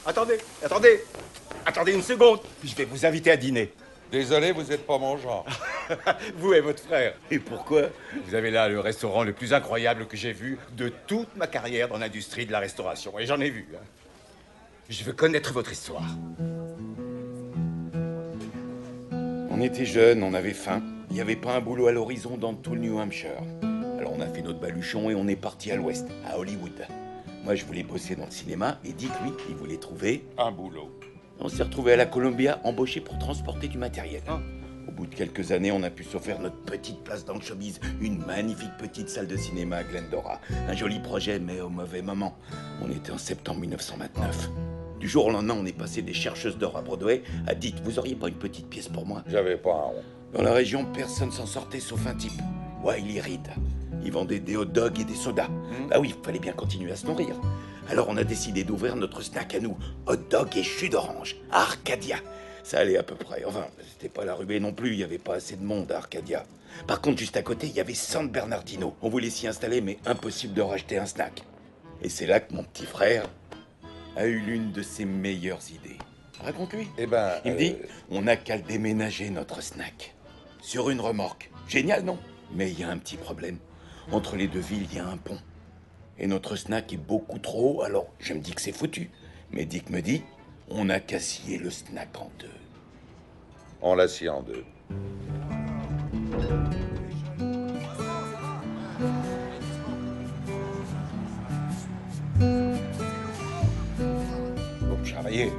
Attendez, attendez. Attendez une seconde. Je vais vous inviter à dîner. Désolé, vous êtes pas mon genre. Vous et votre frère. Et pourquoi? Vous avez là le restaurant le plus incroyable que j'ai vu de toute ma carrière dans l'industrie de la restauration. Et j'en ai vu. Hein. Je veux connaître votre histoire. On était jeunes, on avait faim. Il n'y avait pas un boulot à l'horizon dans tout le New Hampshire. Alors on a fait notre baluchon et on est parti à l'ouest, à Hollywood. Moi, je voulais bosser dans le cinéma et Dick, lui, il voulait trouver un boulot. On s'est retrouvés à la Columbia, embauchés pour transporter du matériel. Au bout de quelques années, on a pu s'offrir notre petite place dans le showbiz, une magnifique petite salle de cinéma à Glendora. Un joli projet, mais au mauvais moment. On était en septembre 1929. Du jour au lendemain, on est passé des chercheuses d'or à Broadway à dites, vous auriez pas une petite pièce pour moi? J'avais pas un rond. Dans la région, personne s'en sortait sauf un type. Wiley Reed. Il vendait des hot dogs et des sodas. Bah oui, il fallait bien continuer à se nourrir. Alors on a décidé d'ouvrir notre snack à nous. Hot dog et jus d'orange. À Arcadia. Ça allait à peu près. Enfin, c'était pas la ruée non plus, il n'y avait pas assez de monde à Arcadia. Par contre, juste à côté, il y avait San Bernardino. On voulait s'y installer, mais impossible de racheter un snack. Et c'est là que mon petit frère a eu l'une de ses meilleures idées. Raconte-lui. Eh ben... Il me dit, on n'a qu'à le déménager, notre snack. Sur une remorque. Génial, non? Mais il y a un petit problème. Entre les deux villes, il y a un pont. Et notre snack est beaucoup trop haut, alors je me dis que c'est foutu. Mais Dick me dit, on n'a qu'à scier le snack en deux. On l'a scié en deux. Vous me charriez.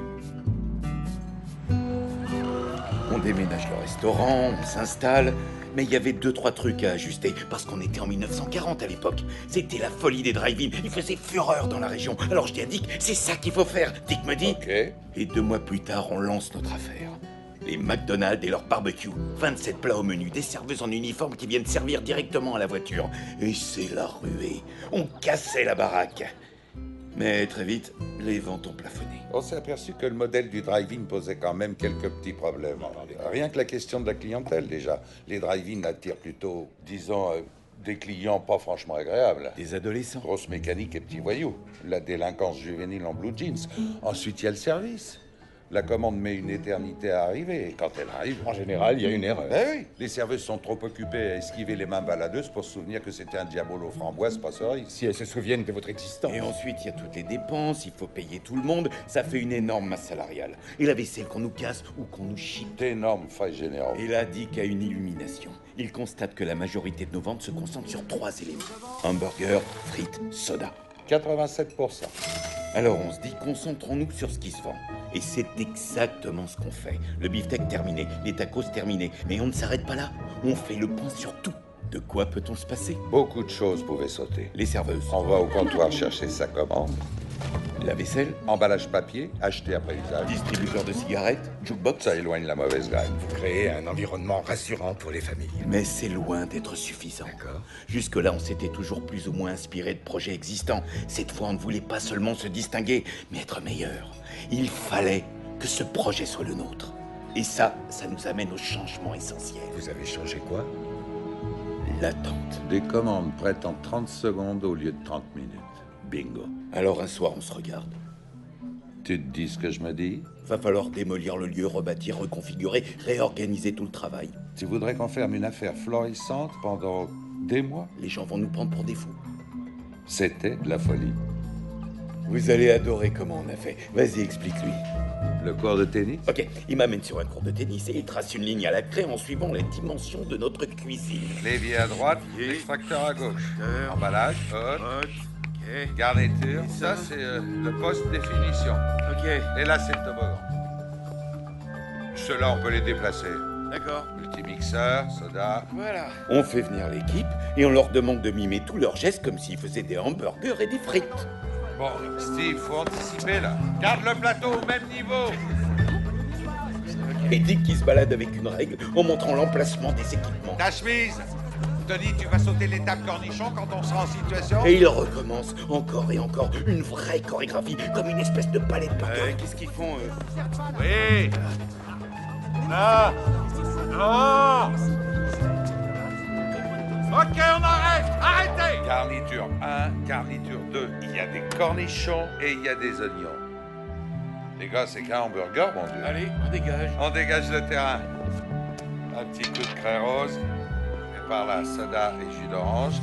On déménage le restaurant, on s'installe, mais il y avait 2-3 trucs à ajuster, parce qu'on était en 1940 à l'époque. C'était la folie des drive-in, il faisait fureur dans la région. Alors je dis à Dick, c'est ça qu'il faut faire. Dick me dit, Ok. Et 2 mois plus tard, on lance notre affaire. Les McDonald's et leur barbecue, 27 plats au menu, des serveuses en uniforme qui viennent servir directement à la voiture. Et c'est la ruée, on cassait la baraque. Mais très vite, les ventes ont plafonné. On s'est aperçu que le modèle du drive-in posait quand même quelques petits problèmes. Rien que la question de la clientèle, déjà. Les drive-in attirent plutôt, disons, des clients pas franchement agréables. Des adolescents. Grosse mécanique et petits voyous. La délinquance juvénile en blue jeans. Ensuite, il y a le service. La commande met une éternité à arriver, et quand elle arrive... En général, il y a une erreur. Ben oui, les serveuses sont trop occupées à esquiver les mains baladeuses pour se souvenir que c'était un diabolo framboise, pas cerise. Si elles se souviennent de votre existence. Et ensuite, il y a toutes les dépenses, il faut payer tout le monde, ça fait une énorme masse salariale. Et la vaisselle qu'on nous casse ou qu'on nous chie. D'énormes failles généraux. Et là, Dick a une illumination. Il constate que la majorité de nos ventes se concentre sur 3 éléments. Hamburger, frites, soda. 87%. Alors on se dit, concentrons-nous sur ce qui se vend. Et c'est exactement ce qu'on fait. Le beefsteak terminé, les tacos terminés. Mais on ne s'arrête pas là. On fait le point sur tout. De quoi peut-on se passer? Beaucoup de choses pouvaient sauter. Les serveuses, On va au comptoir chercher sa commande. la vaisselle, Emballage papier, acheté après usage. distributeur de cigarettes, jukebox. Ça éloigne la mauvaise graine. Créer un environnement rassurant pour les familles. Mais c'est loin d'être suffisant. D'accord. Jusque-là, on s'était toujours plus ou moins inspiré de projets existants. Cette fois, on ne voulait pas seulement se distinguer, mais être meilleur. Il fallait que ce projet soit le nôtre. Et ça nous amène au changement essentiel. Vous avez changé quoi? L'attente. Des commandes prêtes en 30 secondes au lieu de 30 minutes. Bingo. Alors un soir, on se regarde. Tu te dis ce que je me dis? Va falloir démolir le lieu, rebâtir, reconfigurer, réorganiser tout le travail. Tu voudrais qu'on ferme une affaire florissante pendant des mois? Les gens vont nous prendre pour des fous. C'était de la folie. Vous allez adorer comment on a fait. Vas-y, explique-lui. Le cours de tennis? Ok, il m'amène sur un cours de tennis et il trace une ligne à la craie en suivant les dimensions de notre cuisine. L'évier à droite, l'extracteur à gauche. Emballage, hot, garniture. Ça, c'est le poste définition. Ok, Et là, c'est le toboggan. Ceux-là, on peut les déplacer. d'accord. Multimixeur, soda. Voilà. On fait venir l'équipe et on leur demande de mimer tous leurs gestes comme s'ils faisaient des hamburgers et des frites. Bon, Steve, faut anticiper, là. Garde le plateau au même niveau. Et Dick qui se balade avec une règle en montrant l'emplacement des équipements. Ta chemise. Tony, tu vas sauter l'étape cornichon quand on sera en situation? Et il recommence encore et encore une vraie chorégraphie, comme une espèce de ballet de pagaille. Qu'est-ce qu'ils font, eux? Oui. Là. Non. Ok, on arrête. Arrêtez. Garniture 1, garniture 2. Il y a des cornichons et il y a des oignons. Les gars, c'est qu'un hamburger, mon Dieu. Allez, on dégage. On dégage le terrain. Un petit coup de craie rose. Et par là, soda et jus d'orange.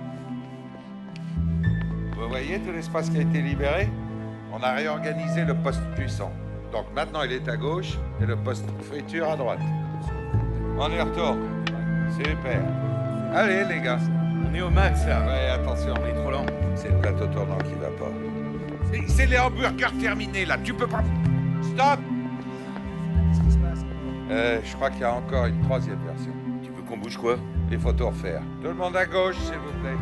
Vous voyez tout l'espace qui a été libéré? On a réorganisé le poste cuisson. Donc maintenant, il est à gauche et le poste friture à droite. On y retourne. Super. Allez, les gars. On est au max, là. Ouais, attention. On est trop lent. C'est le plateau tournant qui va pas. C'est les hamburgers terminés, là. Tu peux pas... Stop! Qu'est-ce qui se passe? Je crois qu'il y a encore une troisième version. Tu veux qu'on bouge quoi? Il faut tout refaire. Tout le monde à gauche, s'il vous plaît.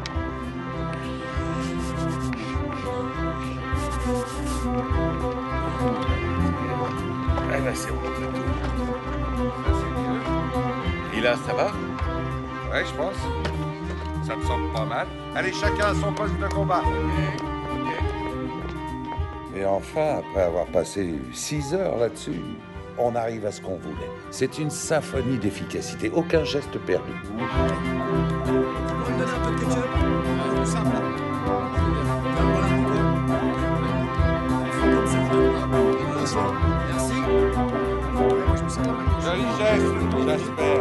Ah bah c'est bon. Ça, c'est mieux. Et là, ça va? Ouais, je pense. Ça me semble pas mal. Allez, chacun à son poste de combat. Et enfin, après avoir passé 6 heures là-dessus, on arrive à ce qu'on voulait. C'est une symphonie d'efficacité, aucun geste perdu. On va me donner un peu de ketchup? Tout simple. Tiens, voilà pour toi. Comme ça, voilà. Merci. Ouais, moi, je me sens la main. Joli geste, j'espère.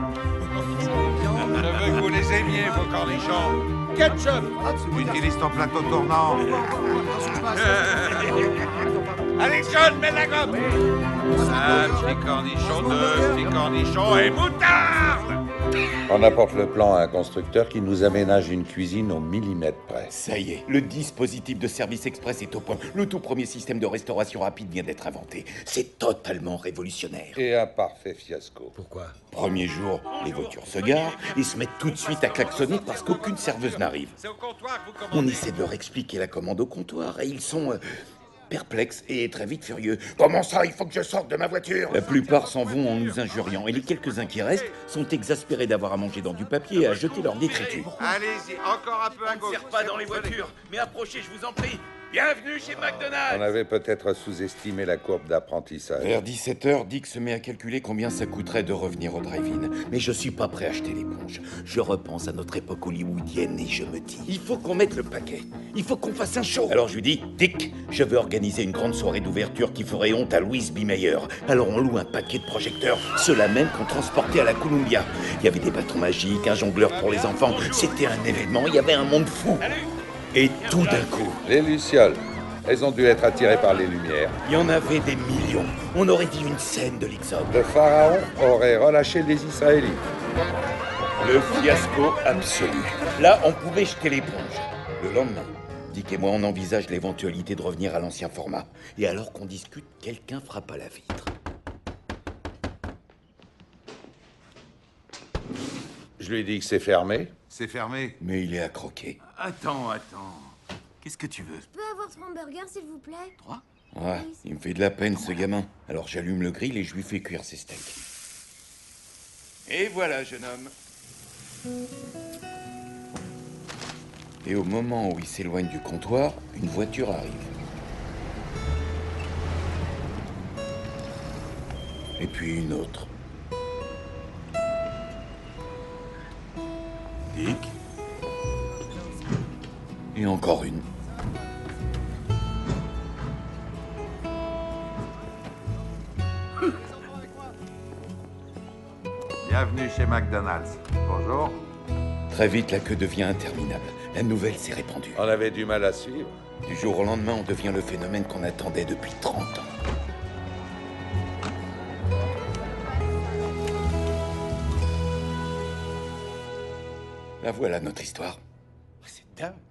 Je veux que vous les aimiez, vos cornichons. Ketchup! Utilise ton plateau tournant. Attention, je passe. Allez, John, mets la gomme! Un petit cornichon, deux petits cornichons et moutarde! On apporte le plan à un constructeur qui nous aménage une cuisine au millimètre près. Ça y est, le dispositif de service express est au point. Le tout premier système de restauration rapide vient d'être inventé. C'est totalement révolutionnaire. Et un parfait fiasco. Pourquoi? Premier jour, les voitures se garent et se mettent tout de suite à klaxonner parce qu'aucune serveuse n'arrive. C'est au comptoir que vous On essaie de leur expliquer la commande au comptoir et ils sont perplexes et très vite furieux. Comment ça, il faut que je sorte de ma voiture? La plupart s'en vont en nous injuriant et les quelques-uns qui restent sont exaspérés d'avoir à manger dans du papier et à jeter leur détritus. Allez-y, encore un peu à gauche. mais approchez, je vous en prie. Bienvenue chez McDonald's. On avait peut-être sous-estimé la courbe d'apprentissage. Vers 17h, Dick se met à calculer combien ça coûterait de revenir au drive-in. Mais je suis pas prêt à acheter l'éponge. Je repense à notre époque hollywoodienne et je me dis, il faut qu'on mette le paquet. Il faut qu'on fasse un show. Alors je lui dis, Dick, je veux organiser une grande soirée d'ouverture qui ferait honte à Louise B. Mayer. Alors on loue un paquet de projecteurs, ceux-là même qu'on transportait à la Columbia. Il y avait des bâtons magiques, un jongleur pour les enfants. C'était un événement, il y avait un monde fou. Et tout d'un coup, Les Lucioles, elles ont dû être attirées par les lumières. il y en avait des millions. On aurait dit une scène de l'Exode. Le pharaon aurait relâché les Israélites. Le fiasco absolu. Là, on pouvait jeter l'éponge. Le lendemain, Dick et moi, on envisage l'éventualité de revenir à l'ancien format. Et alors qu'on discute, quelqu'un frappe à la vitre. Je lui ai dit que c'est fermé. C'est fermé. Mais il est à croquer. Attends. Qu'est-ce que tu veux? Je peux avoir 3 hamburgers, s'il vous plaît? 3? Ouais, il me fait de la peine, ce gamin. Alors j'allume le grill et je lui fais cuire ses steaks. Et voilà, jeune homme. Et au moment où il s'éloigne du comptoir, une voiture arrive. Et puis une autre. Dick? Et encore une. Bienvenue chez McDonald's. Bonjour. Très vite, la queue devient interminable. La nouvelle s'est répandue. On avait du mal à suivre. Du jour au lendemain, on devient le phénomène qu'on attendait depuis 30 ans. La voilà, notre histoire. C'est dingue.